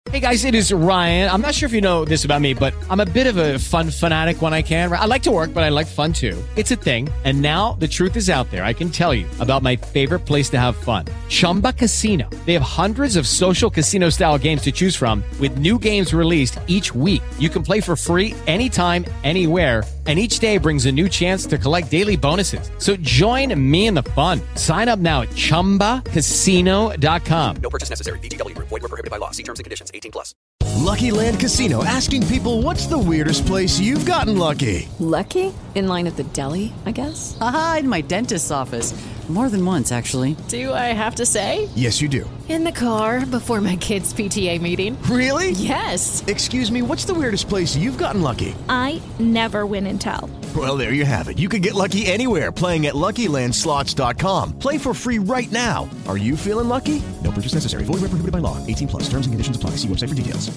Hey guys, it is Ryan. I'm not sure if you know this about me, but I'm a bit of a fun fanatic when I can. I like to work, but I like fun too. It's a thing. And now the truth is out there. I can tell you about my favorite place to have fun. Chumba Casino. They have hundreds of social casino style games to choose from with new games released each week. You can play for free anytime, anywhere. And each day brings a new chance to collect daily bonuses. So join me in the fun. Sign up now at ChumbaCasino.com. No purchase necessary. VGW Group. Void where prohibited by law. See terms and conditions. 18+. Lucky Land Casino, asking people, what's the weirdest place you've gotten lucky? Lucky? In line at the deli, I guess? Aha, in my dentist's office. More than once, actually. Do I have to say? Yes, you do. In the car before my kids' PTA meeting. Really? Yes. Excuse me, what's the weirdest place you've gotten lucky? I never win and tell. Well, there you have it. You can get lucky anywhere, playing at LuckyLandSlots.com. Play for free right now. Are you feeling lucky? No purchase necessary. Void where prohibited by law. 18+. Terms and conditions apply. See website for details.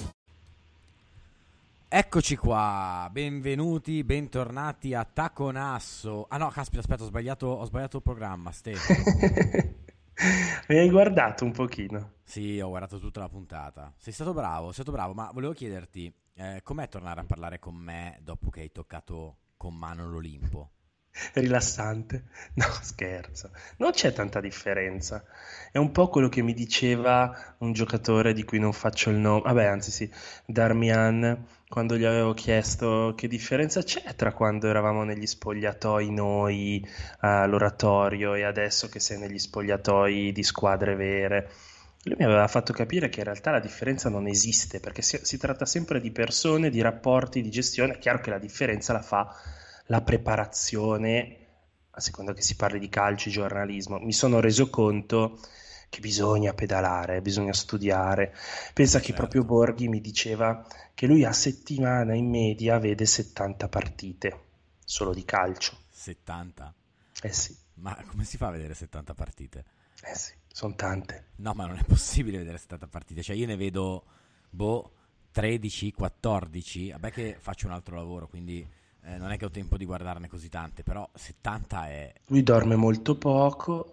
Eccoci qua, benvenuti, bentornati a Taconasso. Ah no, caspita, aspetta, ho sbagliato il programma, Stefano. Mi hai guardato un pochino. Sì, ho guardato tutta la puntata. Sei stato bravo, ma volevo chiederti, com'è tornare a parlare con me dopo che hai toccato con mano l'Olimpo? Rilassante. No, scherzo. Non c'è tanta differenza. È un po' quello che mi diceva un giocatore di cui non faccio il nome. Vabbè, anzi sì, Darmian, quando gli avevo chiesto che differenza c'è tra quando eravamo negli spogliatoi noi all'oratorio e adesso che sei negli spogliatoi di squadre vere. Lui mi aveva fatto capire che in realtà la differenza non esiste, perché si tratta sempre di persone, di rapporti, di gestione. È chiaro che la differenza la fa la preparazione, a seconda che si parli di calcio, giornalismo. Mi sono reso conto che bisogna pedalare, bisogna studiare. Pensa che proprio Borghi mi diceva che lui a settimana in media vede 70 partite solo di calcio. 70? Eh sì. Ma come si fa a vedere 70 partite? Eh sì, sono tante. No, ma non è possibile vedere 70 partite. Cioè io ne vedo 13, 14. Vabbè che faccio un altro lavoro, quindi non è che ho tempo di guardarne così tante, però 70 è... Lui dorme molto poco,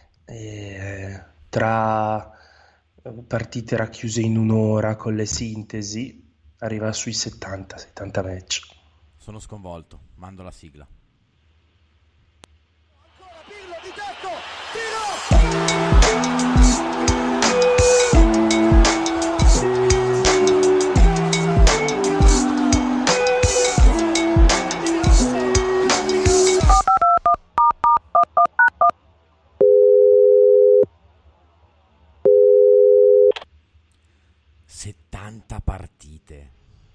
tra partite racchiuse in un'ora con le sintesi arriva sui 70 match. Sono sconvolto, mando la sigla. Ancora Pirlo di tecco, tiro! 70 partite.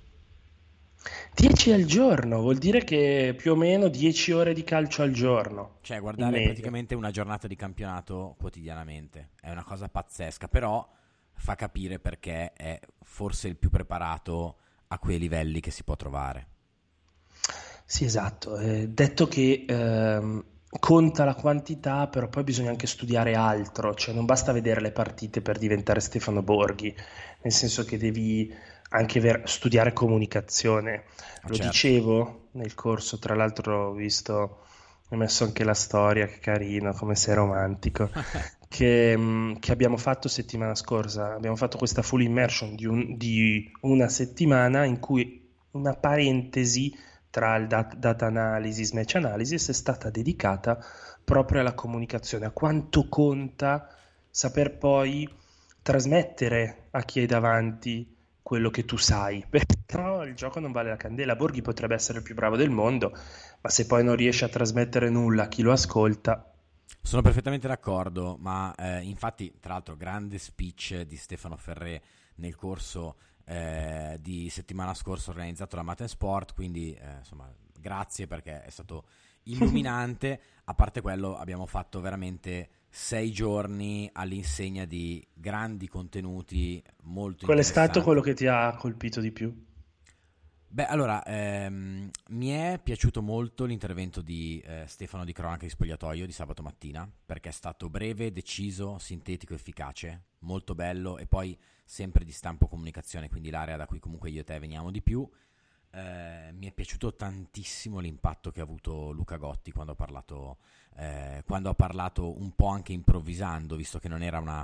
10 al giorno, vuol dire che più o meno 10 ore di calcio al giorno. Cioè guardare praticamente una giornata di campionato quotidianamente. È una cosa pazzesca, però fa capire perché è forse il più preparato a quei livelli che si può trovare. Sì, esatto. Detto che conta la quantità, però poi bisogna anche studiare altro, cioè non basta vedere le partite per diventare Stefano Borghi, nel senso che devi anche studiare comunicazione. Lo certo. Dicevo nel corso, tra l'altro ho messo anche la storia, che carino, come sei romantico, che abbiamo fatto settimana scorsa. Abbiamo fatto questa full immersion di una settimana in cui una parentesi tra il data analysis, match analysis è stata dedicata proprio alla comunicazione, a quanto conta saper poi trasmettere a chi hai davanti quello che tu sai, perché no, il gioco non vale la candela. Borghi potrebbe essere il più bravo del mondo, ma se poi non riesce a trasmettere nulla a chi lo ascolta. Sono perfettamente d'accordo, ma infatti, tra l'altro, grande speech di Stefano Ferré nel corso di settimana scorsa organizzato da Maten Sport, quindi insomma grazie, perché è stato illuminante. A parte quello, abbiamo fatto veramente 6 giorni all'insegna di grandi contenuti molto Qual è interessanti. stato quello che ti ha colpito di più? Beh, allora, mi è piaciuto molto l'intervento di Stefano di Cronaca di Spogliatoio di sabato mattina, perché è stato breve, deciso, sintetico, efficace, molto bello, e poi sempre di stampo comunicazione, quindi l'area da cui comunque io e te veniamo di più. Mi è piaciuto tantissimo l'impatto che ha avuto Luca Gotti quando ha parlato un po' anche improvvisando, visto che non era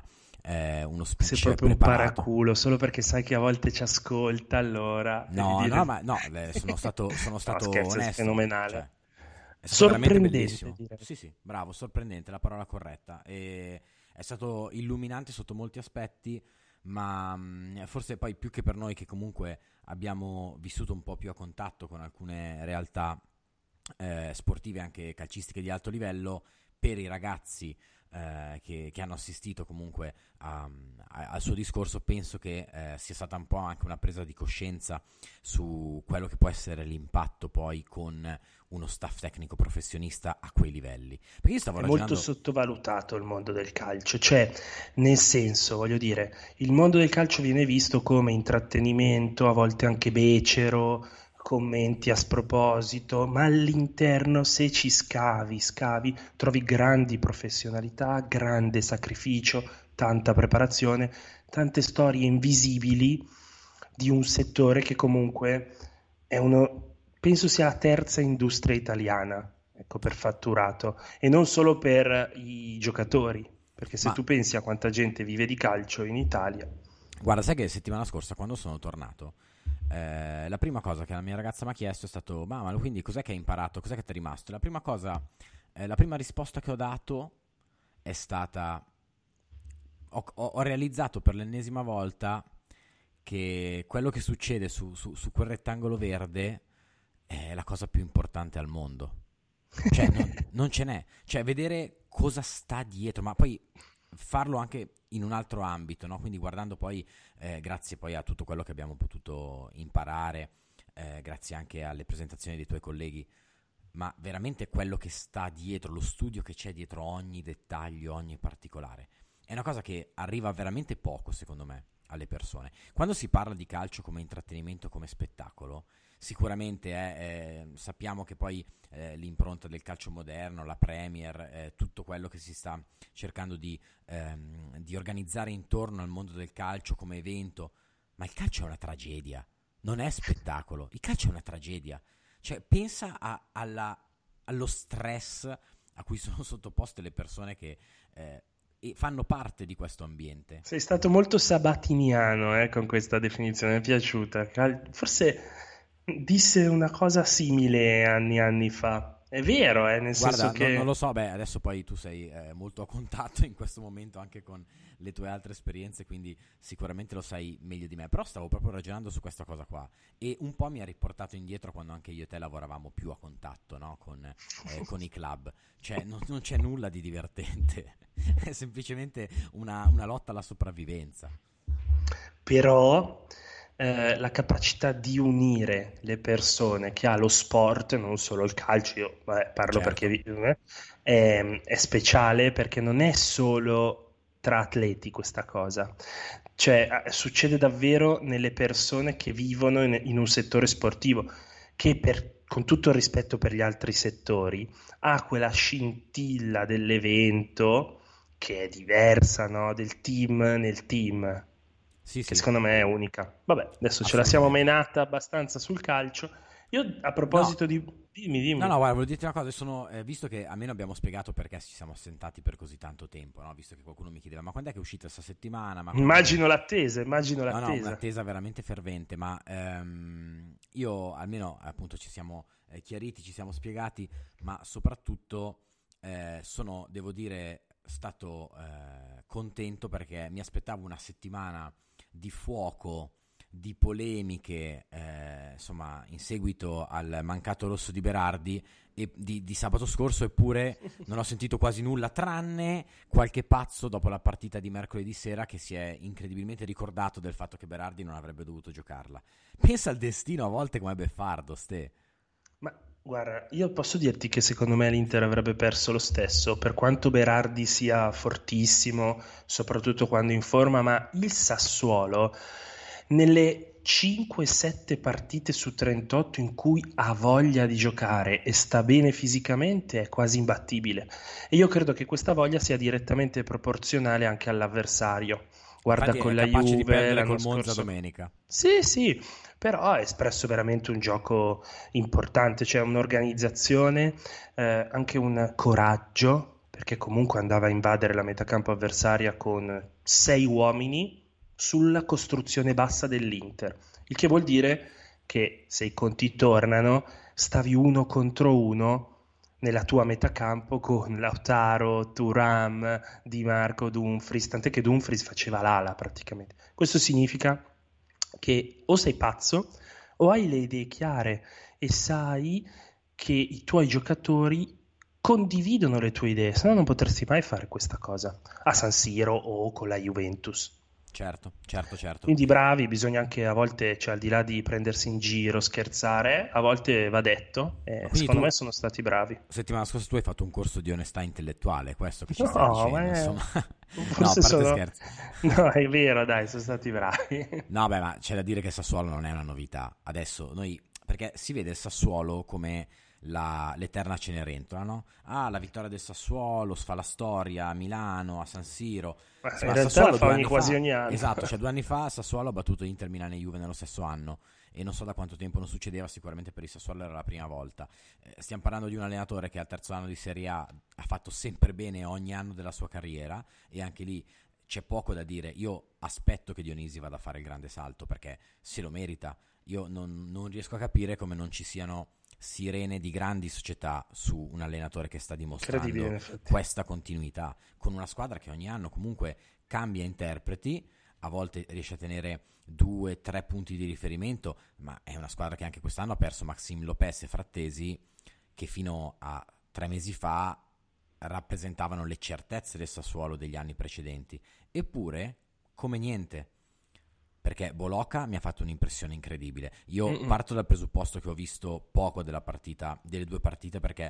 uno Sei speech proprio un preparato. paraculo, solo perché sai che a volte ci ascolta, allora No, devi dire... no, ma no, sono stato No, scherzo, onesto. è fenomenale. Cioè, è stato veramente Sorprendente, bellissimo. direi. Sì, sì, bravo, sorprendente, la parola corretta. E è stato illuminante sotto molti aspetti, ma forse poi più che per noi che comunque abbiamo vissuto un po' più a contatto con alcune realtà sportive, anche calcistiche di alto livello, per i ragazzi che hanno assistito comunque al suo discorso, penso che sia stata un po' anche una presa di coscienza su quello che può essere l'impatto poi con uno staff tecnico professionista a quei livelli. Perché io stavo È ragionando... molto sottovalutato il mondo del calcio, cioè nel senso, voglio dire, il mondo del calcio viene visto come intrattenimento, a volte anche becero, commenti a sproposito, ma all'interno se ci scavi, trovi grandi professionalità, grande sacrificio, tanta preparazione, tante storie invisibili di un settore che comunque è penso sia la terza industria italiana, ecco, per fatturato, e non solo per i giocatori, perché se Ma tu pensi a quanta gente vive di calcio in Italia. guarda, sai che settimana scorsa, quando sono tornato, la prima cosa che la mia ragazza mi ha chiesto è stato: ma quindi cos'è che hai imparato? Cos'è che ti è rimasto? La prima risposta che ho dato è stata: ho realizzato per l'ennesima volta che quello che succede su quel rettangolo verde è la cosa più importante al mondo. Cioè non ce n'è. Cioè vedere cosa sta dietro, ma poi farlo anche in un altro ambito, no? Quindi guardando poi, grazie poi a tutto quello che abbiamo potuto imparare, grazie anche alle presentazioni dei tuoi colleghi, ma veramente quello che sta dietro, lo studio che c'è dietro ogni dettaglio, ogni particolare, è una cosa che arriva veramente poco, secondo me, alle persone. Quando si parla di calcio come intrattenimento, come spettacolo, sicuramente sappiamo che poi l'impronta del calcio moderno, la Premier, tutto quello che si sta cercando di organizzare intorno al mondo del calcio come evento, ma il calcio è una tragedia, non è spettacolo, il calcio è una tragedia. Cioè pensa allo stress a cui sono sottoposte le persone che e fanno parte di questo ambiente. Sei stato molto sabatiniano, con questa definizione, mi è piaciuta. Forse disse una cosa simile anni fa. È vero, nel Guarda, senso che... non lo so, adesso poi tu sei molto a contatto in questo momento anche con le tue altre esperienze, quindi sicuramente lo sai meglio di me, però stavo proprio ragionando su questa cosa qua e un po' mi ha riportato indietro quando anche io e te lavoravamo più a contatto, no? con i club. Cioè non c'è nulla di divertente, è semplicemente una lotta alla sopravvivenza. Però la capacità di unire le persone che ha lo sport, non solo il calcio, io parlo Certo. perché è speciale, perché non è solo tra atleti questa cosa, cioè succede davvero nelle persone che vivono in un settore sportivo, che con tutto il rispetto per gli altri settori ha quella scintilla dell'evento che è diversa, no? Del team nel team, Sì, che sì, secondo me è unica. Vabbè, adesso ce la siamo assolutamente. menata abbastanza sul calcio. Io a No, proposito di... Dimmi. no, guarda, volevo dirti una cosa, visto che almeno abbiamo spiegato perché ci siamo assentati per così tanto tempo, no? Visto che qualcuno mi chiedeva: ma quando è che è uscita questa settimana? Ma Immagino l'attesa. No, un'attesa veramente fervente, ma io almeno appunto ci siamo chiariti, ci siamo spiegati, ma soprattutto devo dire, stato contento perché mi aspettavo una settimana di fuoco, di polemiche, insomma, in seguito al mancato rosso di Berardi e di sabato scorso, eppure non ho sentito quasi nulla, tranne qualche pazzo dopo la partita di mercoledì sera che si è incredibilmente ricordato del fatto che Berardi non avrebbe dovuto giocarla. Pensa al destino a volte come beffardo, ste. Ma guarda, io posso dirti che secondo me l'Inter avrebbe perso lo stesso, per quanto Berardi sia fortissimo, soprattutto quando in forma, ma il Sassuolo nelle 5-7 partite su 38 in cui ha voglia di giocare e sta bene fisicamente è quasi imbattibile. E io credo che questa voglia sia direttamente proporzionale anche all'avversario. Guarda Infatti con è la capace di Juve perdere l'anno col Monza scorso. domenica. Sì, però ha espresso veramente un gioco importante, cioè un'organizzazione, anche un coraggio, perché comunque andava a invadere la metacampo avversaria con 6 uomini sulla costruzione bassa dell'Inter, il che vuol dire che se i conti tornano stavi 1 contro 1 nella tua metacampo con Lautaro, Thuram, Di Marco, Dumfries, tant'è che Dumfries faceva l'ala praticamente. Questo significa che o sei pazzo o hai le idee chiare e sai che i tuoi giocatori condividono le tue idee, se no non potresti mai fare questa cosa a San Siro o con la Juventus. Certo. Quindi bravi, bisogna anche a volte, cioè al di là di prendersi in giro, scherzare, a volte va detto, e secondo me sono stati bravi. Settimana scorsa tu hai fatto un corso di onestà intellettuale, questo che ci stai No, dicendo, insomma. No, a parte scherzi. No, è vero, dai, sono stati bravi. No, beh, ma c'è da dire che Sassuolo non è una novità. Adesso noi, perché si vede il Sassuolo come l'eterna Cenerentola, no? Ah, la vittoria del Sassuolo fa la storia a Milano, a San Siro. Ma in realtà la fa quasi ogni anno. Esatto, cioè 2 anni fa Sassuolo ha battuto Inter, Milano e Juve nello stesso anno, e non so da quanto tempo non succedeva, sicuramente per il Sassuolo era la prima volta. Stiamo parlando di un allenatore che al terzo anno di Serie A ha fatto sempre bene ogni anno della sua carriera, e anche lì c'è poco da dire. Io aspetto che Dionisi vada a fare il grande salto, perché se lo merita. Io non riesco a capire come non ci siano sirene di grandi società su un allenatore che sta dimostrando questa continuità, con una squadra che ogni anno comunque cambia interpreti, a volte riesce a tenere 2-3 punti di riferimento, ma è una squadra che anche quest'anno ha perso Maxime Lopez e Frattesi, che fino a 3 mesi fa rappresentavano le certezze del Sassuolo degli anni precedenti, eppure come niente. Perché Boloca mi ha fatto un'impressione incredibile. Io parto dal presupposto che ho visto poco delle 2 partite, perché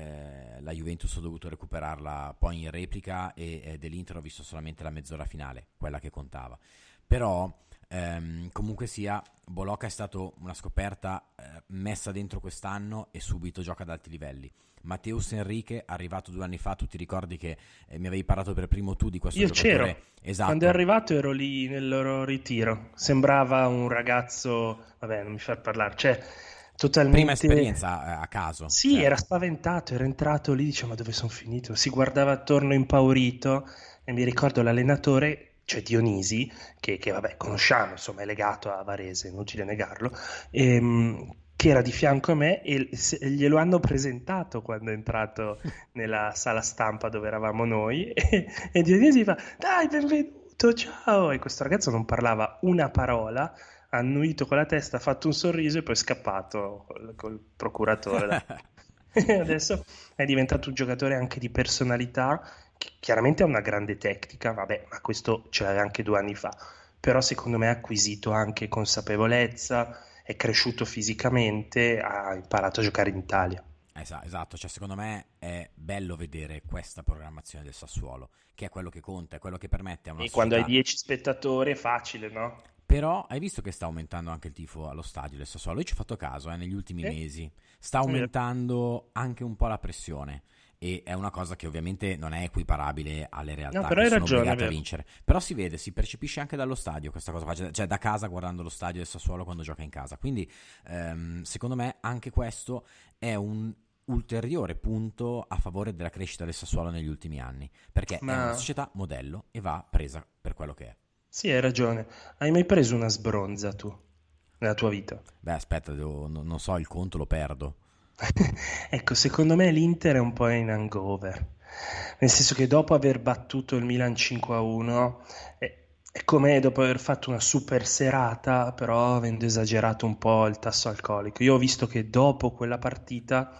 la Juventus ho dovuto recuperarla poi in replica, e dell'Inter ho visto solamente la mezz'ora finale, quella che contava. Però comunque sia, Boloca è stato una scoperta messa dentro quest'anno e subito gioca ad alti livelli. Mateus Enrique, arrivato 2 anni fa, tu ti ricordi che mi avevi parlato per primo tu di questo giocatore? Io c'ero, esatto. Quando è arrivato ero lì nel loro ritiro, sembrava un ragazzo, vabbè non mi far parlare, cioè totalmente... Prima esperienza a caso. Sì, cioè. Era spaventato, era entrato lì, diceva ma dove sono finito? Si guardava attorno impaurito, e mi ricordo l'allenatore, cioè Dionisi, che vabbè conosciamo, insomma è legato a Varese, inutile negarlo, che era di fianco a me, e glielo hanno presentato quando è entrato nella sala stampa dove eravamo noi, e Dionisi fa dai benvenuto, ciao, e questo ragazzo non parlava una parola, ha annuito con la testa, ha fatto un sorriso e poi è scappato col procuratore. Adesso è diventato un giocatore anche di personalità, che chiaramente ha una grande tecnica, vabbè, ma questo ce l'aveva anche 2 anni fa, però secondo me ha acquisito anche consapevolezza, è cresciuto fisicamente, ha imparato a giocare in Italia. Esatto, cioè secondo me è bello vedere questa programmazione del Sassuolo, che è quello che conta, è quello che permette a una società... quando hai 10 spettatori è facile, no? Però hai visto che sta aumentando anche il tifo allo stadio del Sassuolo? Io ci ho fatto caso negli ultimi mesi, sta aumentando anche un po' la pressione, e è una cosa che ovviamente non è equiparabile alle realtà che sono obbligate a vincere, però si vede, si percepisce anche dallo stadio questa cosa qua, cioè da casa, guardando lo stadio del Sassuolo quando gioca in casa, quindi secondo me anche questo è un ulteriore punto a favore della crescita del Sassuolo negli ultimi anni, perché è una società modello e va presa per quello che è. Sì, hai ragione. Hai mai preso una sbronza tu nella tua vita? Beh, aspetta, non so, il conto lo perdo. Ecco, secondo me l'Inter è un po' in hangover, nel senso che dopo aver battuto il Milan 5-1 è come dopo aver fatto una super serata, però avendo esagerato un po' il tasso alcolico. Io ho visto che dopo quella partita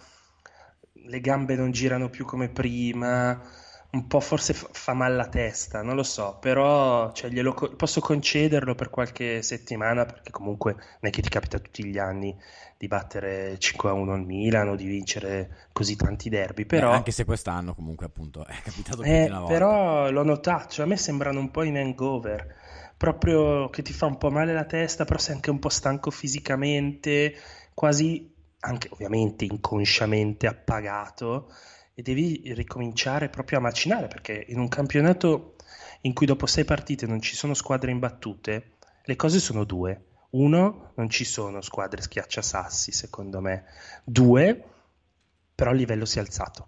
le gambe non girano più come prima, un po' forse fa male la testa, non lo so, però cioè, posso concederlo per qualche settimana, perché comunque non è che ti capita tutti gli anni di battere 5-1 al Milan o di vincere così tanti derby, però... anche se quest'anno comunque appunto è capitato più di una volta. Però l'ho notato, cioè, a me sembrano un po' in hangover, proprio che ti fa un po' male la testa, però sei anche un po' stanco fisicamente, quasi anche ovviamente inconsciamente appagato, e devi ricominciare proprio a macinare, perché in un campionato in cui dopo 6 partite non ci sono squadre imbattute, le cose sono 2. 1, non ci sono squadre schiacciasassi secondo me. 2, però il livello si è alzato.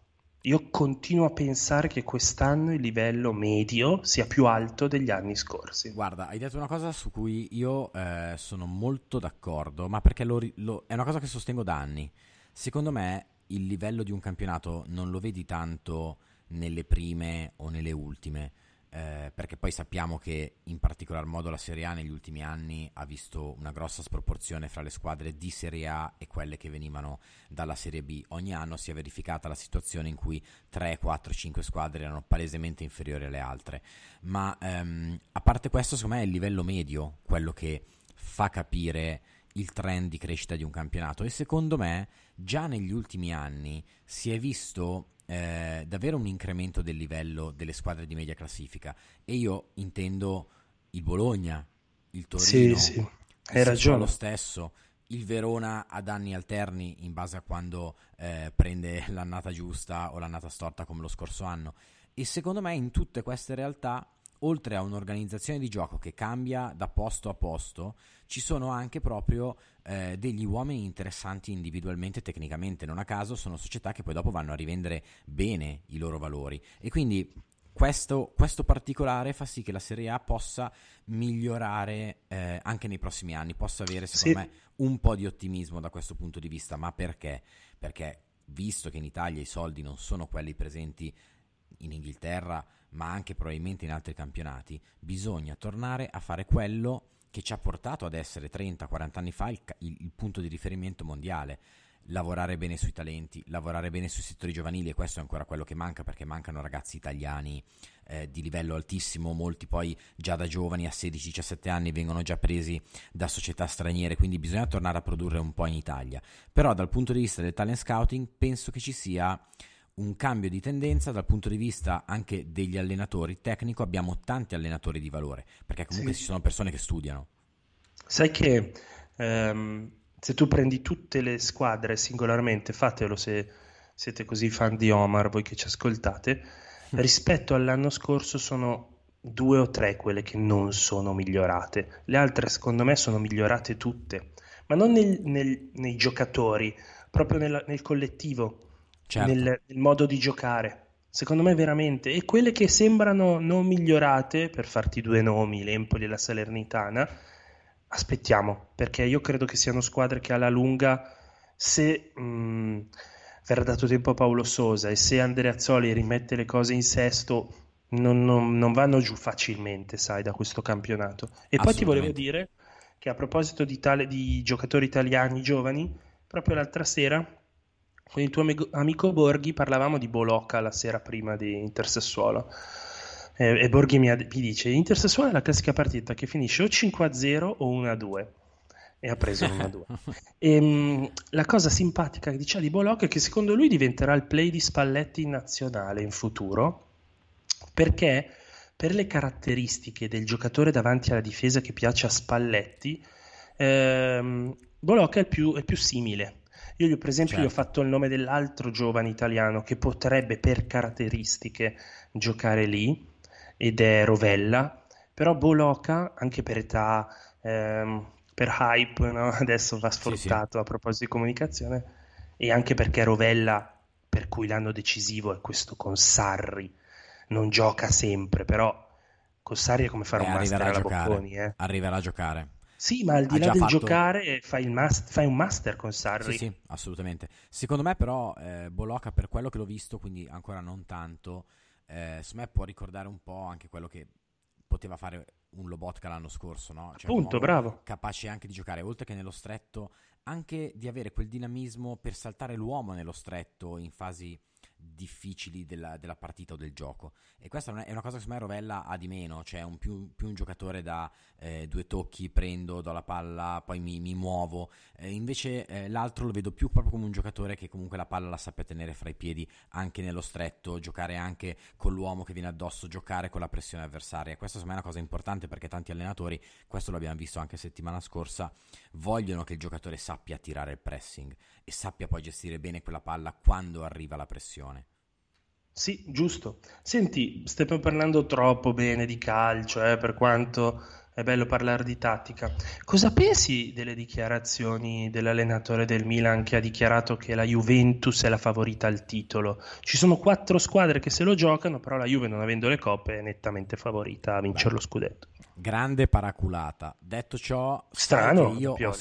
Io continuo a pensare che quest'anno il livello medio sia più alto degli anni scorsi. Guarda, hai detto una cosa su cui io sono molto d'accordo, ma perché è una cosa che sostengo da anni. Secondo me il livello di un campionato non lo vedi tanto nelle prime o nelle ultime, perché poi sappiamo che in particolar modo la Serie A negli ultimi anni ha visto una grossa sproporzione fra le squadre di Serie A e quelle che venivano dalla Serie B. Ogni anno si è verificata la situazione in cui 3, 4, 5 squadre erano palesemente inferiori alle altre, ma a parte questo, secondo me è il livello medio quello che fa capire il trend di crescita di un campionato, e secondo me già negli ultimi anni si è visto davvero un incremento del livello delle squadre di media classifica, e io intendo il Bologna, il Torino, Sì, il hai Sassuolo ragione. stesso, il Verona ad anni alterni in base a quando prende l'annata giusta o l'annata storta come lo scorso anno. E secondo me in tutte queste realtà, oltre a un'organizzazione di gioco che cambia da posto a posto, ci sono anche proprio degli uomini interessanti individualmente e tecnicamente. Non a caso sono società che poi dopo vanno a rivendere bene i loro valori, e quindi questo particolare fa sì che la Serie A possa migliorare anche nei prossimi anni, possa avere secondo me un po' di ottimismo da questo punto di vista. Ma perché? Perché visto che in Italia i soldi non sono quelli presenti in Inghilterra, ma anche probabilmente in altri campionati, bisogna tornare a fare quello che ci ha portato ad essere 30-40 anni fa il punto di riferimento mondiale. Lavorare bene sui talenti, lavorare bene sui settori giovanili, e questo è ancora quello che manca, perché mancano ragazzi italiani di livello altissimo. Molti poi già da giovani a 16-17 anni vengono già presi da società straniere, quindi bisogna tornare a produrre un po' in Italia. Però dal punto di vista del talent scouting penso che ci sia un cambio di tendenza dal punto di vista anche degli allenatori. Tecnico, abbiamo tanti allenatori di valore, perché comunque ci sono persone che studiano. Sai che se tu prendi tutte le squadre singolarmente, fatelo se siete così fan di Omar, voi che ci ascoltate, rispetto all'anno scorso sono 2 o 3 quelle che non sono migliorate. Le altre secondo me sono migliorate tutte, ma non nei giocatori, proprio nel collettivo, Certo. nel modo di giocare. Secondo me veramente. E quelle che sembrano non migliorate, per farti 2 nomi, l'Empoli e la Salernitana, aspettiamo, perché io credo che siano squadre che alla lunga, se verrà dato tempo a Paolo Sosa e se Andreazzoli rimette le cose in sesto, non vanno giù facilmente, sai, da questo campionato. E poi ti volevo dire che a proposito di giocatori italiani giovani, proprio l'altra sera con il tuo amico Borghi parlavamo di Bolocca la sera prima di Intersassuolo. E Borghi mi dice: Intersassuolo è la classica partita che finisce o 5-0 o 1-2, e ha preso 1-2. E la cosa simpatica che diceva di Bolocca è che secondo lui diventerà il play di Spalletti in nazionale in futuro, perché per le caratteristiche del giocatore davanti alla difesa che piace a Spalletti, Bolocca è il più simile. Io per esempio gli ho fatto il nome dell'altro giovane italiano che potrebbe per caratteristiche giocare lì, ed è Rovella. Però Bolocca, anche per età, per hype, no? Adesso va sfruttato a proposito di comunicazione, e anche perché Rovella, per cui l'anno decisivo è questo con Sarri, non gioca sempre, però con Sarri è come fare un master alla Bocconi. Arriverà a giocare. Sì, ma al di là del giocare fai un master con Sarri. Sì, assolutamente. Secondo me però Bolocca, per quello che l'ho visto, quindi ancora non tanto, secondo me può ricordare un po' anche quello che poteva fare un Lobotka l'anno scorso, no? Cioè, appunto, bravo. Capace anche di giocare, oltre che nello stretto, anche di avere quel dinamismo per saltare l'uomo nello stretto in fasi difficili della partita o del gioco. E questa è una cosa che secondo me Rovella ha di meno, cioè più un giocatore da 2 tocchi, prendo, do la palla, poi mi muovo. Invece l'altro lo vedo più proprio come un giocatore che comunque la palla la sappia tenere fra i piedi anche nello stretto, giocare anche con l'uomo che viene addosso, giocare con la pressione avversaria. Questa secondo me è una cosa importante, perché tanti allenatori, questo lo abbiamo visto anche settimana scorsa, vogliono che il giocatore sappia tirare il pressing e sappia poi gestire bene quella palla quando arriva la pressione. Sì, giusto. Senti, stiamo parlando troppo bene di calcio, per quanto è bello parlare di tattica. Cosa pensi delle dichiarazioni dell'allenatore del Milan che ha dichiarato che la Juventus è la favorita al titolo? Ci sono 4 squadre che se lo giocano, però la Juve, non avendo le coppe, è nettamente favorita a vincere lo scudetto. Grande paraculata. Detto ciò, Strano,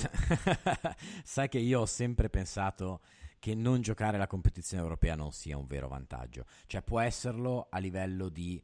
sai che io ho sempre pensato che non giocare la competizione europea non sia un vero vantaggio. Cioè, può esserlo a livello di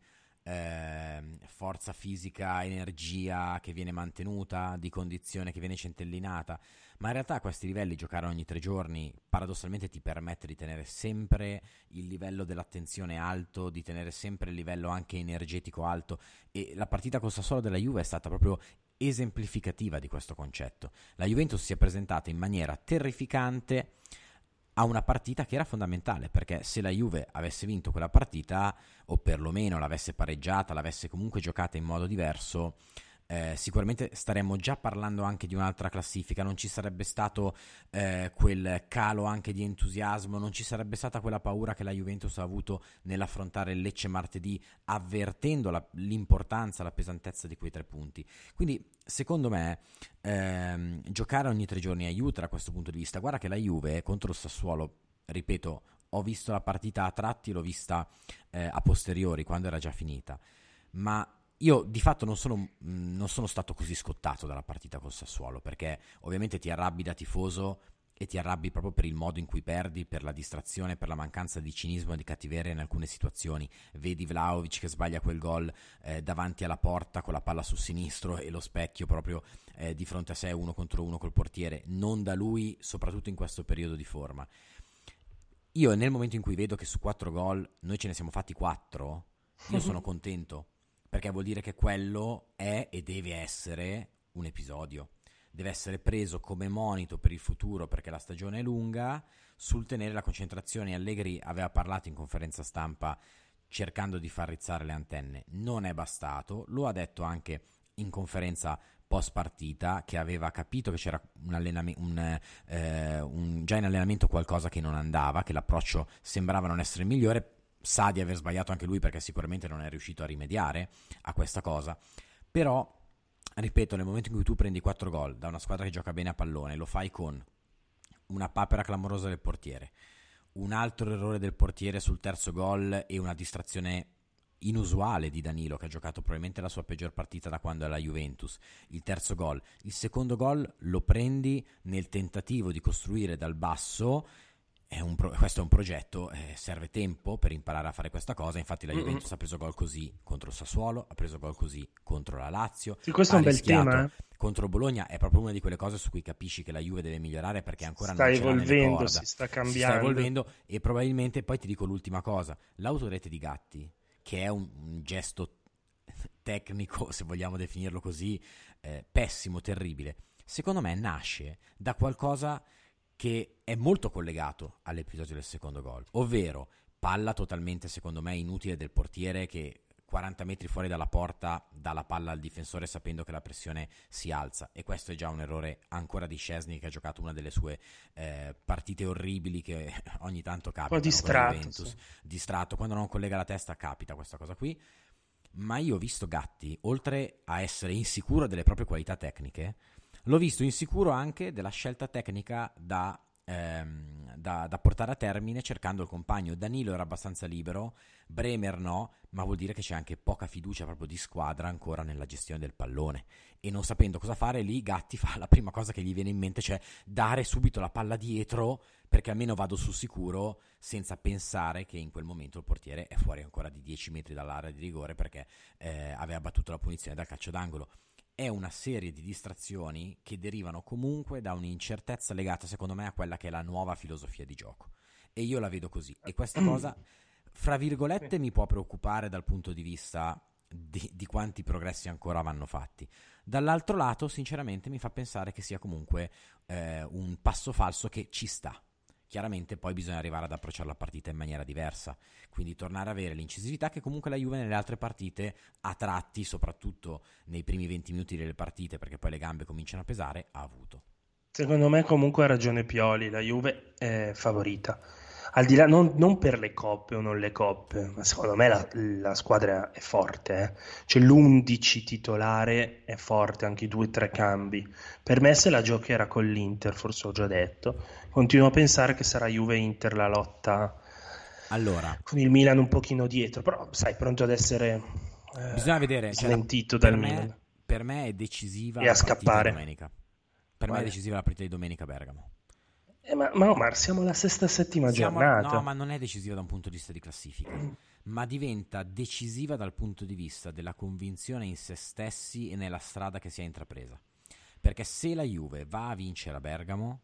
forza fisica, energia che viene mantenuta, di condizione che viene centellinata, ma in realtà a questi livelli giocare ogni 3 giorni paradossalmente ti permette di tenere sempre il livello dell'attenzione alto, di tenere sempre il livello anche energetico alto, e la partita col Sassuolo della Juve è stata proprio esemplificativa di questo concetto. La Juventus si è presentata in maniera terrificante a una partita che era fondamentale, perché se la Juve avesse vinto quella partita, o perlomeno l'avesse pareggiata, l'avesse comunque giocata in modo diverso, sicuramente staremmo già parlando anche di un'altra classifica, non ci sarebbe stato quel calo anche di entusiasmo, non ci sarebbe stata quella paura che la Juventus ha avuto nell'affrontare il Lecce martedì, avvertendo l'importanza, la pesantezza di quei 3 punti. Quindi secondo me giocare ogni 3 giorni aiuta da questo punto di vista. Guarda che la Juve contro il Sassuolo, ripeto, ho visto la partita a tratti, l'ho vista a posteriori quando era già finita, ma io di fatto non sono stato così scottato dalla partita col Sassuolo, perché ovviamente ti arrabbi da tifoso e ti arrabbi proprio per il modo in cui perdi, per la distrazione, per la mancanza di cinismo e di cattiveria in alcune situazioni. Vedi Vlahovic che sbaglia quel gol davanti alla porta con la palla sul sinistro e lo specchio proprio di fronte a sé, 1 contro 1 col portiere, non da lui, soprattutto in questo periodo di forma. Io nel momento in cui vedo che su 4 gol noi ce ne siamo fatti 4, io sono contento, perché vuol dire che quello è e deve essere un episodio. Deve essere preso come monito per il futuro, perché la stagione è lunga, sul tenere la concentrazione. Allegri aveva parlato in conferenza stampa cercando di far rizzare le antenne. Non è bastato, lo ha detto anche in conferenza post partita, che aveva capito che c'era già in allenamento qualcosa che non andava, che l'approccio sembrava non essere il migliore. Sa di aver sbagliato anche lui, perché sicuramente non è riuscito a rimediare a questa cosa, però ripeto, nel momento in cui tu prendi 4 gol da una squadra che gioca bene a pallone, lo fai con una papera clamorosa del portiere, un altro errore del portiere sul terzo gol e una distrazione inusuale di Danilo, che ha giocato probabilmente la sua peggior partita da quando è alla Juventus, il terzo gol, il secondo gol lo prendi nel tentativo di costruire dal basso. Questo è un progetto, serve tempo per imparare a fare questa cosa. Infatti la Juventus ha preso gol così contro il Sassuolo, ha preso gol così contro la Lazio, sì, questo è un bel tema, contro Bologna. È proprio una di quelle cose su cui capisci che la Juve deve migliorare, perché ancora sta non ce l'ha nelle corda, si sta cambiando, si sta evolvendo. E probabilmente, poi ti dico l'ultima cosa, l'autorete di Gatti, che è un gesto tecnico, se vogliamo definirlo così, pessimo, terribile, secondo me nasce da qualcosa che è molto collegato all'episodio del secondo gol, ovvero palla totalmente, secondo me, inutile del portiere, che 40 metri fuori dalla porta dà la palla al difensore sapendo che la pressione si alza, e questo è già un errore ancora di Szczęsny, che ha giocato una delle sue partite orribili che ogni tanto capita, un po' distratto, sì. Distratto, quando non collega la testa capita questa cosa qui. Ma io ho visto Gatti, oltre a essere insicuro delle proprie qualità tecniche, l'ho visto insicuro anche della scelta tecnica da portare a termine cercando il compagno. Danilo era abbastanza libero, Bremer no, ma vuol dire che c'è anche poca fiducia proprio di squadra ancora nella gestione del pallone, e non sapendo cosa fare lì Gatti fa la prima cosa che gli viene in mente, cioè dare subito la palla dietro, perché almeno vado sul sicuro, senza pensare che in quel momento il portiere è fuori ancora di 10 metri dall'area di rigore, perché aveva battuto la punizione dal calcio d'angolo. È una serie di distrazioni che derivano comunque da un'incertezza legata, secondo me, a quella che è la nuova filosofia di gioco. E io la vedo così. E questa cosa, fra virgolette, mi può preoccupare dal punto di vista di quanti progressi ancora vanno fatti. Dall'altro lato, sinceramente, mi fa pensare che sia comunque un passo falso che ci sta. Chiaramente poi bisogna arrivare ad approcciare la partita in maniera diversa, quindi tornare ad avere l'incisività che comunque la Juve nelle altre partite, a tratti, soprattutto nei primi 20 minuti delle partite, perché poi le gambe cominciano a pesare, ha avuto. Secondo me comunque ha ragione Pioli, la Juve è favorita. Al di là, non per le coppe o non le coppe, ma secondo me la squadra è forte, eh. Cioè l'11 titolare è forte, anche i 2 o 3 cambi. Per me se la giocherà con l'Inter, forse ho già detto, continuo a pensare che sarà Juve-Inter la lotta, Allora, con il Milan un pochino dietro, però sai, pronto ad essere bisogna vedere, cioè, smentito dal per Milan. per me è decisiva E la a partita di scappare. domenica. Per me è decisiva la partita di domenica a Bergamo. Ma Omar, siamo alla settima giornata. No, ma non è decisiva da un punto di vista di classifica, ma diventa decisiva dal punto di vista della convinzione in se stessi e nella strada che si è intrapresa. Perché se la Juve va a vincere a Bergamo,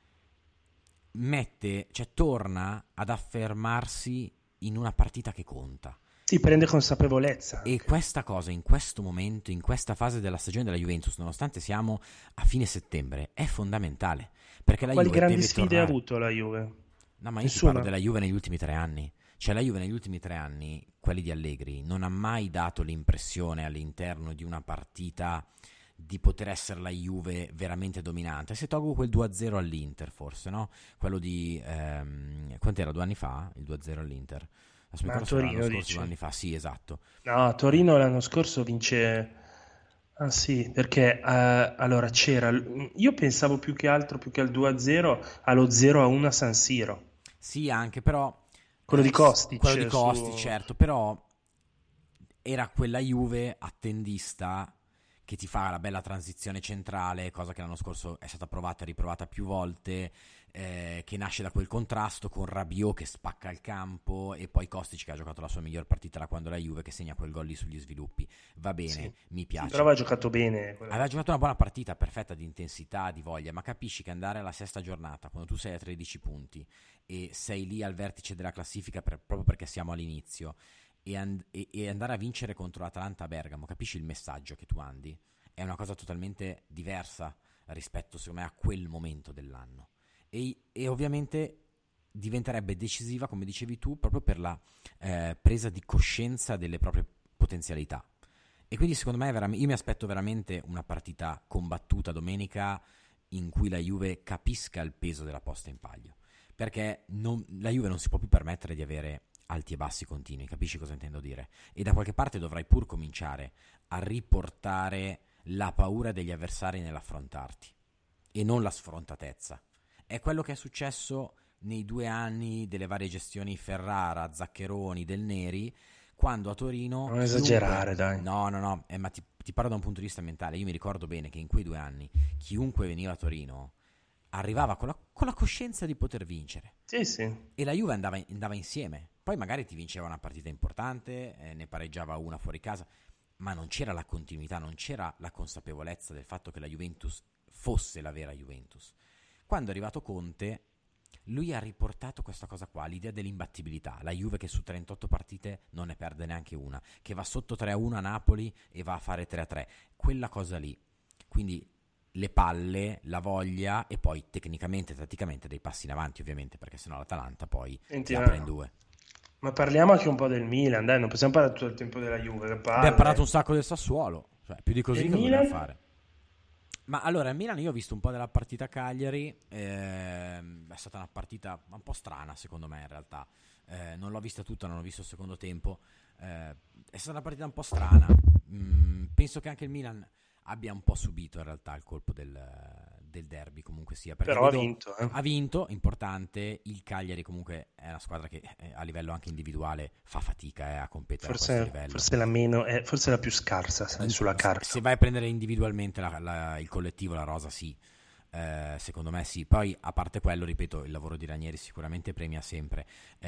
torna ad affermarsi in una partita che conta. Si prende consapevolezza. E questa cosa, in questo momento, in questa fase della stagione della Juventus, nonostante siamo a fine settembre, è fondamentale. Perché la Quali Juve grandi deve sfide tornare... ha avuto la Juve? No, ma io ti Nessuna. parlo della Juve negli ultimi 3 anni. Cioè la Juve negli ultimi 3 anni, quelli di Allegri, non ha mai dato l'impressione all'interno di una partita di poter essere la Juve veramente dominante. Se tolgo quel 2-0 all'Inter, forse, no? Quello di... quant'era? 2 anni fa? Il 2-0 all'Inter? Ma a Torino, l'anno scorso, dici? 2 anni fa, sì, esatto. No, a Torino l'anno scorso vince... Ah sì, perché allora c'era... Io pensavo più che altro, più che al 2-0, allo 0-1 a San Siro. Sì, anche, però... Quello di Kostic. Quello di Kostic, certo, però era quella Juve attendista che ti fa la bella transizione centrale, cosa che l'anno scorso è stata provata e riprovata più volte, che nasce da quel contrasto con Rabiot che spacca il campo e poi Kostic che ha giocato la sua miglior partita da quando la Juve, che segna quel gol lì sugli sviluppi. Va bene, Sì. mi piace. Sì, però aveva giocato bene. Aveva giocato una buona partita, perfetta di intensità, di voglia, ma capisci che andare alla sesta giornata, quando tu sei a 13 punti e sei lì al vertice della classifica proprio perché siamo all'inizio, e andare a vincere contro l'Atalanta a Bergamo, capisci il messaggio che tu mandi? È una cosa totalmente diversa rispetto, secondo me, a quel momento dell'anno. E ovviamente diventerebbe decisiva, come dicevi tu, proprio per la presa di coscienza delle proprie potenzialità. E quindi secondo me io mi aspetto veramente una partita combattuta domenica in cui la Juve capisca il peso della posta in palio, perché la Juve non si può più permettere di avere alti e bassi continui, capisci cosa intendo dire? E da qualche parte dovrai pur cominciare a riportare la paura degli avversari nell'affrontarti e non la sfrontatezza. È quello che è successo nei 2 anni delle varie gestioni Ferrara, Zaccheroni, Del Neri, quando a Torino... Non esagerare, dai. No, ma ti parlo da un punto di vista mentale. Io mi ricordo bene che in quei 2 anni chiunque veniva a Torino arrivava con la coscienza di poter vincere. Sì, sì. E la Juve andava insieme. Poi magari ti vinceva una partita importante, ne pareggiava una fuori casa, ma non c'era la continuità, non c'era la consapevolezza del fatto che la Juventus fosse la vera Juventus. Quando è arrivato Conte, lui ha riportato questa cosa qua, l'idea dell'imbattibilità. La Juve che su 38 partite non ne perde neanche una, che va sotto 3-1 a Napoli e va a fare 3-3. Quella cosa lì. Quindi le palle, la voglia e poi tecnicamente, tatticamente dei passi in avanti, ovviamente, perché sennò l'Atalanta poi ti apre in 2. Ma parliamo anche un po' del Milan, dai, non possiamo parlare tutto il tempo della Juve. Abbiamo parlato un sacco del Sassuolo, cioè più di così che dobbiamo Milan? fare. Ma allora, il Milan, io ho visto un po' della partita a Cagliari, è stata una partita un po' strana secondo me in realtà, non l'ho vista tutta, non ho visto il secondo tempo, è stata una partita un po' strana, penso che anche il Milan abbia un po' subito in realtà il colpo del derby, comunque sia, perché Però ha vinto, importante. Il Cagliari comunque è una squadra che a livello anche individuale fa fatica a competere a questo livello. Forse la più scarsa, sai, sulla carta. Se vai a prendere individualmente il collettivo, la rosa, sì, secondo me sì. Poi a parte quello, ripeto, il lavoro di Ranieri sicuramente premia sempre.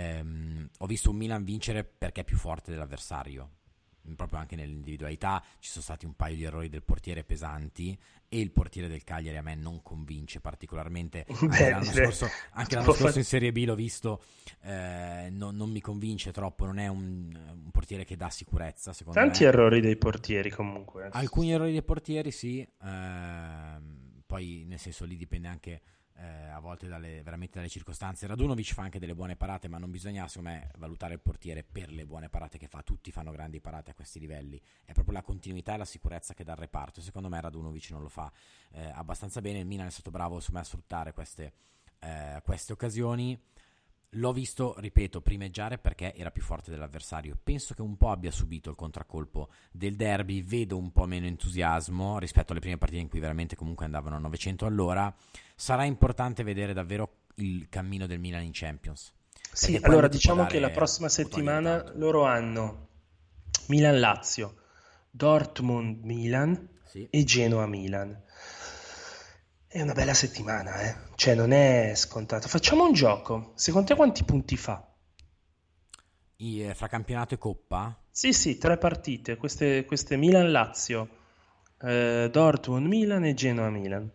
Ho visto un Milan vincere perché è più forte dell'avversario, proprio anche nell'individualità. Ci sono stati un paio di errori del portiere pesanti e il portiere del Cagliari a me non convince particolarmente. Anche l'anno scorso in Serie B l'ho visto, non mi convince troppo, non è un portiere che dà sicurezza, secondo me. Tanti errori dei portieri comunque. Alcuni errori dei portieri sì, poi nel senso lì dipende anche a volte veramente dalle circostanze. Radunovic fa anche delle buone parate, ma non bisogna secondo me valutare il portiere per le buone parate che fa. Tutti fanno grandi parate a questi livelli, è proprio la continuità e la sicurezza che dà il reparto. Secondo me Radunovic non lo fa abbastanza bene. Il Milan è stato bravo secondo me a sfruttare queste occasioni. L'ho visto, ripeto, primeggiare perché era più forte dell'avversario. Penso che un po' abbia subito il contraccolpo del derby, vedo un po' meno entusiasmo rispetto alle prime partite in cui veramente comunque andavano a 900 all'ora. Sarà importante vedere davvero il cammino del Milan in Champions. Sì, allora diciamo che la prossima settimana loro hanno Milan-Lazio, Dortmund-Milan e Genoa-Milan. È una bella settimana, cioè non è scontato. Facciamo un gioco. Secondo te quanti punti fa? Fra campionato e coppa? Sì, 3 partite. Queste Milan-Lazio, Dortmund-Milan e Genoa-Milan.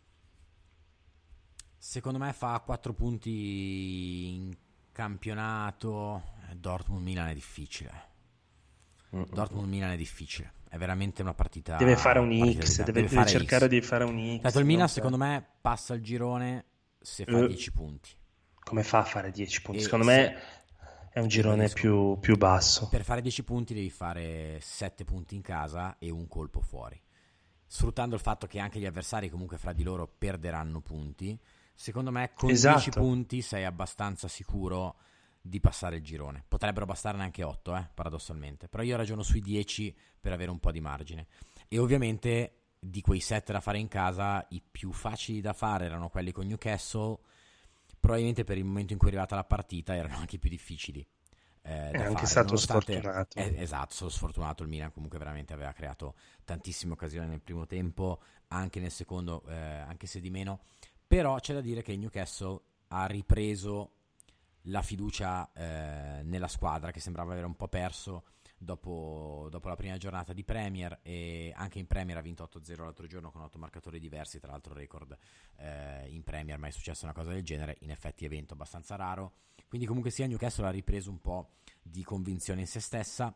Secondo me fa 4 punti in campionato. Dortmund-Milan è difficile. Dortmund-Milan è difficile. È veramente una partita. Deve fare un X, deve cercare di fare un X. Tanto il Milan, secondo me, passa il girone se fa 10 punti. Come fa a fare 10 punti? Secondo me è un girone più basso. Per fare 10 punti devi fare 7 punti in casa e un colpo fuori. Sfruttando il fatto che anche gli avversari comunque fra di loro perderanno punti, secondo me con 10 punti sei abbastanza sicuro di passare il girone. Potrebbero bastarne anche 8, paradossalmente. Però io ragiono sui 10 per avere un po' di margine. E ovviamente di quei 7 da fare in casa, i più facili da fare erano quelli con Newcastle. Probabilmente per il momento in cui è arrivata la partita erano anche i più difficili. È anche stato sfortunato. Esatto, solo sfortunato. Il Milan comunque veramente aveva creato tantissime occasioni nel primo tempo, anche nel secondo, anche se di meno. Però c'è da dire che il Newcastle ha ripreso la fiducia nella squadra, che sembrava avere un po' perso dopo la prima giornata di Premier, e anche in Premier ha vinto 8-0 l'altro giorno con 8 marcatori diversi, tra l'altro record in Premier, mai è successa una cosa del genere, in effetti evento abbastanza raro. Quindi comunque sia Newcastle ha ripreso un po' di convinzione in se stessa,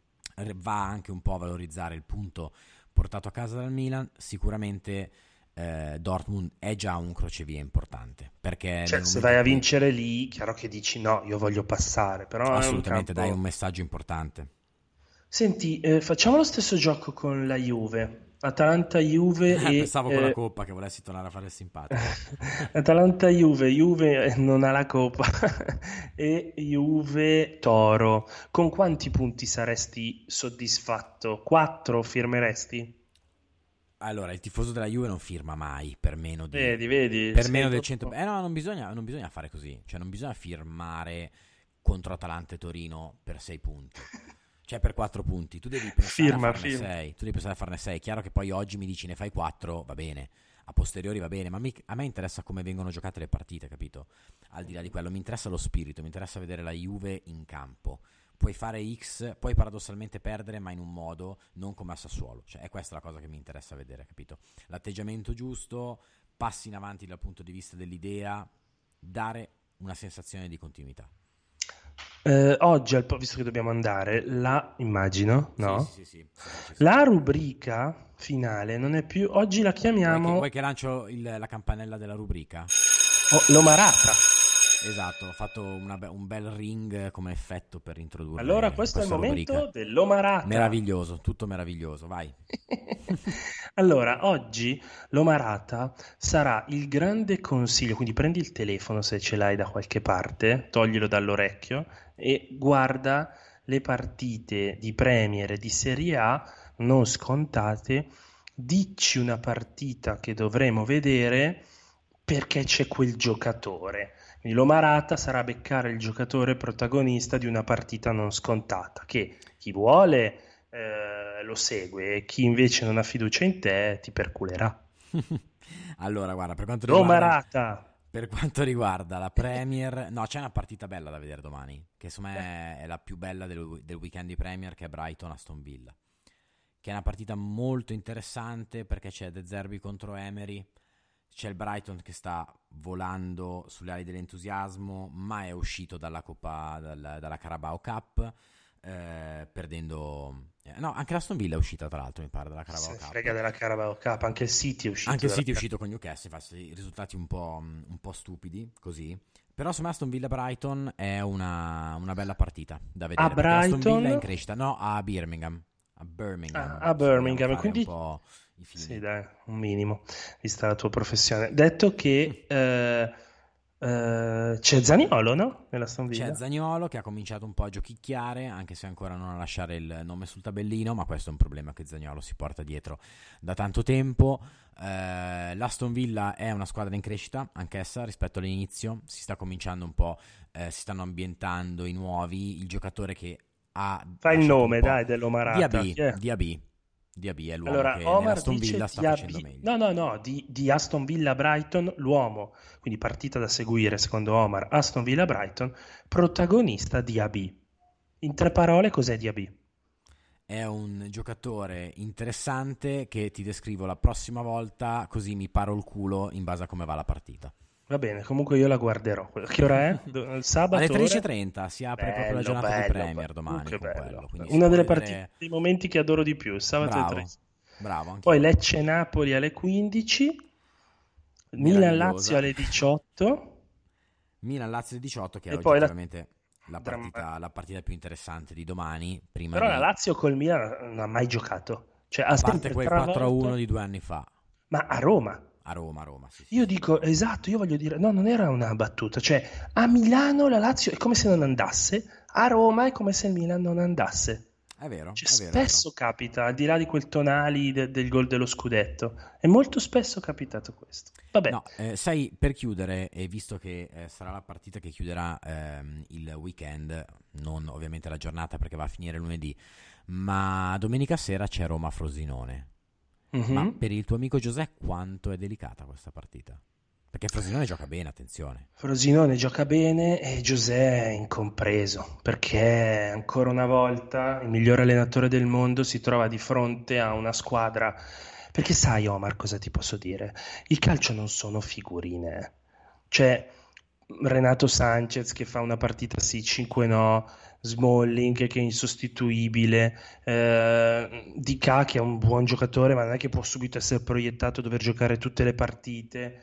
va anche un po' a valorizzare il punto portato a casa dal Milan. Sicuramente Dortmund è già un crocevia importante, perché se vai a vincere lì, chiaro che dici no, io voglio passare, però assolutamente dai un messaggio importante. Senti, facciamo lo stesso gioco con la Juve. Atalanta-Juve e pensavo con la Coppa che volessi tornare a fare il simpatico. Atalanta-Juve non ha la Coppa e Juve-Toro. Con quanti punti saresti soddisfatto? 4 firmeresti? Allora, il tifoso della Juve non firma mai per meno di vedi, per meno del 100. No, non bisogna fare così. Cioè, non bisogna firmare contro Atalanta e Torino per 6 punti. Cioè, per 4 punti. Tu devi pensare a farne 6. Tu devi pensare a farne 6. Chiaro che poi oggi mi dici ne fai 4, va bene. A posteriori va bene, ma a me interessa come vengono giocate le partite, capito? Al di là di quello, mi interessa lo spirito, mi interessa vedere la Juve in campo. Puoi fare X, puoi paradossalmente perdere, ma in un modo non come a Sassuolo. Cioè, è questa la cosa che mi interessa vedere, capito? L'atteggiamento giusto, passi in avanti dal punto di vista dell'idea, dare una sensazione di continuità. Oggi, visto che dobbiamo andare, immagino, no? Sì. La rubrica finale non è più... Oggi la chiamiamo... Vuoi che lancio la campanella della rubrica? L'omarata. Esatto, ho fatto un bel ring come effetto per introdurre. Allora questo è il momento dell'omarata. Meraviglioso, tutto meraviglioso, vai. Allora, oggi l'omarata sarà il grande consiglio, quindi prendi il telefono se ce l'hai da qualche parte, toglilo dall'orecchio e guarda le partite di Premier e di Serie A non scontate, dici una partita che dovremo vedere perché c'è quel giocatore. Quindi l'omarata sarà beccare il giocatore protagonista di una partita non scontata, che chi vuole lo segue e chi invece non ha fiducia in te ti perculerà. Allora, guarda, per quanto riguarda la Premier, no, c'è una partita bella da vedere domani, che secondo me è la più bella del weekend di Premier, che è Brighton-Aston Villa, che è una partita molto interessante perché c'è De Zerbi contro Emery. C'è il Brighton che sta volando sulle ali dell'entusiasmo, ma è uscito dalla Coppa, dalla Carabao Cup, perdendo... No, anche l'Aston Villa è uscita, tra l'altro, mi pare, dalla Carabao Cup. Frega della Carabao Cup, anche il City è uscito. Anche il City è uscito con Newcastle, infatti risultati un po' stupidi, così. Però secondo me Aston Villa-Brighton è una bella partita da vedere. A Brighton? Aston Villa è in crescita, no, a Birmingham. A Birmingham, quindi... Sì, dai, un minimo, vista la tua professione. Detto che C'è Zaniolo, no? Nell'Aston Villa. C'è Zaniolo che ha cominciato un po' a giochicchiare, anche se ancora non a lasciare il nome sul tabellino, ma questo è un problema che Zaniolo si porta dietro da tanto tempo. L'Aston Villa è una squadra in crescita, anch'essa rispetto all'inizio, si sta cominciando un po', si stanno ambientando i nuovi, il giocatore che ha... Fai il nome, dai, dell'Omarata. Diaby è l'uomo Allora, che Omar nell'Aston dice Villa sta Diaby. facendo meglio. No, di Aston Villa Brighton, l'uomo, quindi partita da seguire secondo Omar, Aston Villa Brighton, protagonista Diaby. In 3 parole, cos'è Diaby? È un giocatore interessante che ti descrivo la prossima volta, così mi paro il culo in base a come va la partita. Va bene, comunque io la guarderò. Che ora è? Il sabato? Alle 13:30 si apre proprio la giornata di Premier domani. Che con bello. quello, Una delle partite, dei momenti che adoro di più, il sabato alle Bravo, 13. bravo. Anche Poi Lecce-Napoli alle 15, Milan-Lazio alle 18. Milan-Lazio 18 che E è poi oggettivamente la partita più interessante di domani. Prima Però di... la Lazio col Milan non ha mai giocato. Cioè, ha a parte sempre quel travolto. 4-1 di 2 anni fa. Ma a Roma. A Roma, sì. Io dico, esatto, io voglio dire, no, non era una battuta, cioè a Milano la Lazio è come se non andasse, a Roma è come se il Milan non andasse. È vero, Cioè, è vero, spesso capita, al di là di quel Tonali del gol dello scudetto, è molto spesso capitato questo. Vabbè. No, sai, per chiudere, e visto che sarà la partita che chiuderà il weekend, non ovviamente la giornata perché va a finire lunedì, ma domenica sera c'è Roma-Frosinone. Ma per il tuo amico Giuseppe quanto è delicata questa partita? Perché Frosinone gioca bene, attenzione. Frosinone gioca bene e Giuseppe è incompreso, perché ancora una volta il miglior allenatore del mondo si trova di fronte a una squadra. Perché sai, Omar, cosa ti posso dire? Il calcio non sono figurine. C'è Renato Sanchez che fa una partita sì, 5 no, Smalling che è insostituibile, Dika che è un buon giocatore ma non è che può subito essere proiettato a dover giocare tutte le partite,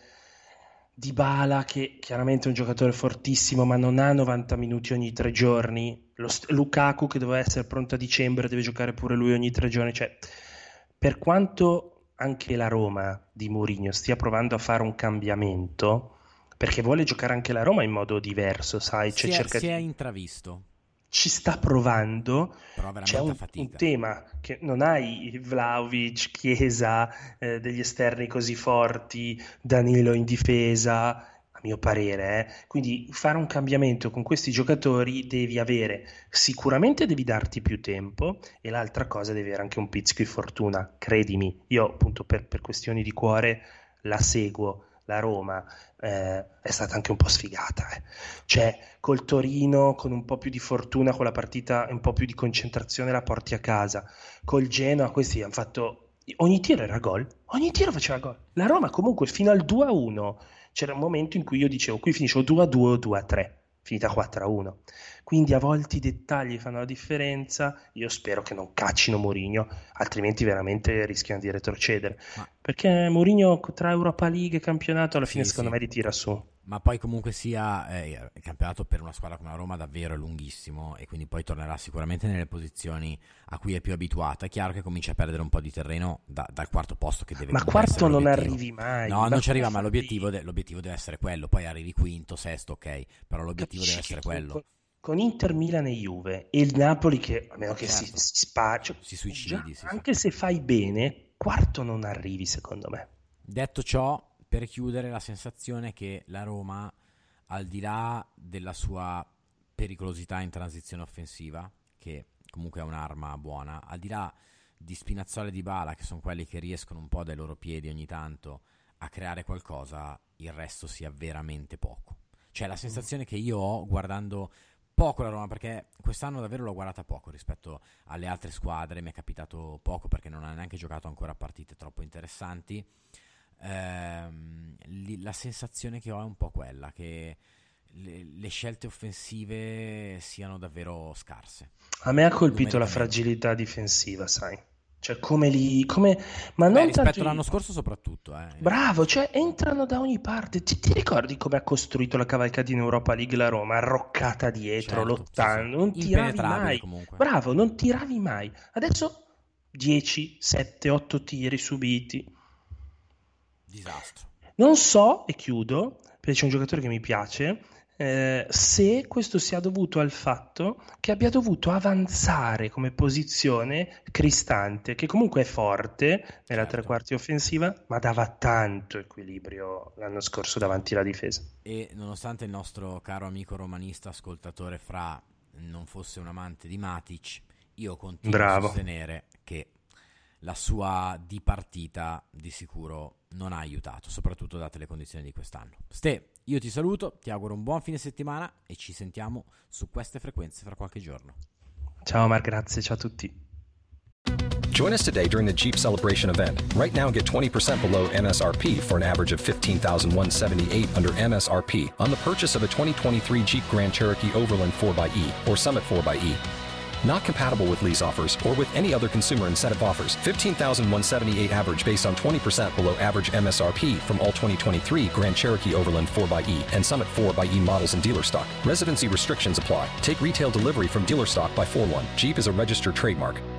Dybala che chiaramente è un giocatore fortissimo ma non ha 90 minuti ogni 3 giorni, Lukaku che doveva essere pronto a dicembre deve giocare pure lui ogni 3 giorni, cioè per quanto anche la Roma di Mourinho stia provando a fare un cambiamento perché vuole giocare anche la Roma in modo diverso, sai, si è intravisto. Ci sta provando, però c'è un tema che non hai Vlahovic, Chiesa, degli esterni così forti, Danilo in difesa, a mio parere, quindi fare un cambiamento con questi giocatori sicuramente devi darti più tempo e l'altra cosa devi avere anche un pizzico di fortuna, credimi, io appunto per questioni di cuore la seguo. La Roma è stata anche un po' sfigata, cioè col Torino con un po' più di fortuna, con la partita un po' più di concentrazione la porti a casa, col Genoa questi hanno fatto ogni tiro era gol, ogni tiro faceva gol, la Roma comunque fino al 2-1 c'era un momento in cui io dicevo qui finisce o 2-2 o 2-3, finita 4-1, quindi a volte i dettagli fanno la differenza. Io spero che non caccino Mourinho, altrimenti veramente rischiano di retrocedere, perché Mourinho tra Europa League e campionato alla fine secondo me li tira su. Ma poi comunque sia il campionato per una squadra come la Roma davvero è lunghissimo e quindi poi tornerà sicuramente nelle posizioni a cui è più abituata. È chiaro che comincia a perdere un po' di terreno dal quarto posto che deve ma quarto non arrivi mai, no, non ci arriva, ma l'obiettivo deve essere quello. Poi arrivi quinto, sesto, ok, però l'obiettivo deve essere quello. Con Inter, Milan e Juve e il Napoli che a meno che si spaccia, si suicidi, anche se fai bene quarto non arrivi secondo me. Detto ciò, per chiudere, la sensazione è che la Roma, al di là della sua pericolosità in transizione offensiva, che comunque è un'arma buona, al di là di Spinazzola e Dybala, che sono quelli che riescono un po' dai loro piedi ogni tanto a creare qualcosa, il resto sia veramente poco. Cioè la sensazione che io ho guardando poco la Roma, perché quest'anno davvero l'ho guardata poco rispetto alle altre squadre, mi è capitato poco perché non ha neanche giocato ancora partite troppo interessanti. La sensazione che ho è un po' quella che le scelte offensive siano davvero scarse. A me ha colpito la fragilità difensiva, sai, cioè ma non rispetto all'anno scorso soprattutto bravo, cioè entrano da ogni parte. Ti ricordi come ha costruito la cavalcata in Europa League la Roma, arroccata dietro, certo, lottando, sì. Non tiravi mai comunque. Bravo, non tiravi mai. Adesso 10, 7, 8 tiri subiti. Disastro. Non so, e chiudo, perché c'è un giocatore che mi piace, se questo sia dovuto al fatto che abbia dovuto avanzare come posizione Cristante, che comunque è forte nella tre quarti offensiva, ma dava tanto equilibrio l'anno scorso davanti alla difesa. E nonostante il nostro caro amico romanista ascoltatore Fra non fosse un amante di Matic, io continuo a sostenere che la sua dipartita di sicuro non ha aiutato, soprattutto date le condizioni di quest'anno. Ste, io ti saluto, ti auguro un buon fine settimana e ci sentiamo su queste frequenze fra qualche giorno. Ciao Mark, grazie, ciao a tutti. Join us today during the Jeep Celebration event. Right now, get 20% below MSRP for an average of $15,178 under MSRP on the purchase of a 2023 Jeep Grand Cherokee Overland 4xE or Summit 4xE. Not compatible with lease offers or with any other consumer incentive offers. $15,178 average based on 20% below average MSRP from all 2023 Grand Cherokee Overland 4xE and Summit 4xE models in dealer stock. Residency restrictions apply. Take retail delivery from dealer stock by 4/1. Jeep is a registered trademark.